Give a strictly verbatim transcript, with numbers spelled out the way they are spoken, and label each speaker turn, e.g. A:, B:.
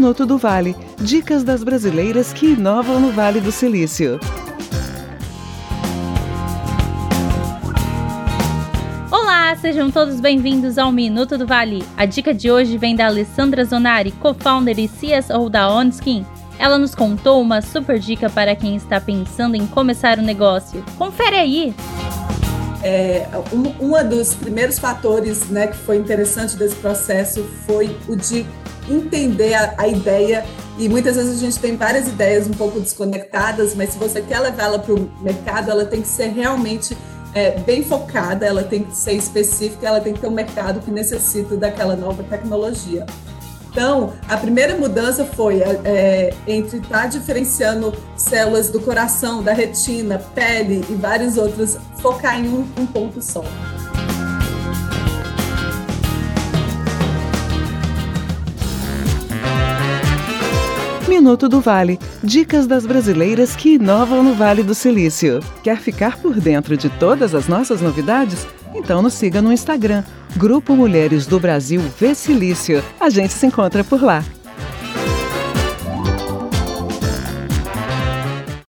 A: Minuto do Vale. Dicas das brasileiras que inovam no Vale do Silício.
B: Olá, sejam todos bem-vindos ao Minuto do Vale. A dica de hoje vem da Alessandra Zonari, co-founder e C S O da OnSkin. Ela nos contou uma super dica para quem está pensando em começar um negócio. Confere aí!
C: É, um, um dos primeiros fatores, né, que foi interessante desse processo foi o de entender a, a ideia, e muitas vezes a gente tem várias ideias um pouco desconectadas, mas se você quer levá-la para o mercado, ela tem que ser realmente é, bem focada, ela tem que ser específica, ela tem que ter um mercado que necessita daquela nova tecnologia. Então, a primeira mudança foi é, entre estar diferenciando células do coração, da retina, pele e vários outros, focar em um, um ponto só.
A: Minuto do Vale. Dicas das brasileiras que inovam no Vale do Silício. Quer ficar por dentro de todas as nossas novidades? Então nos siga no Instagram, Grupo Mulheres do Brasil V Silício. A gente se encontra por lá.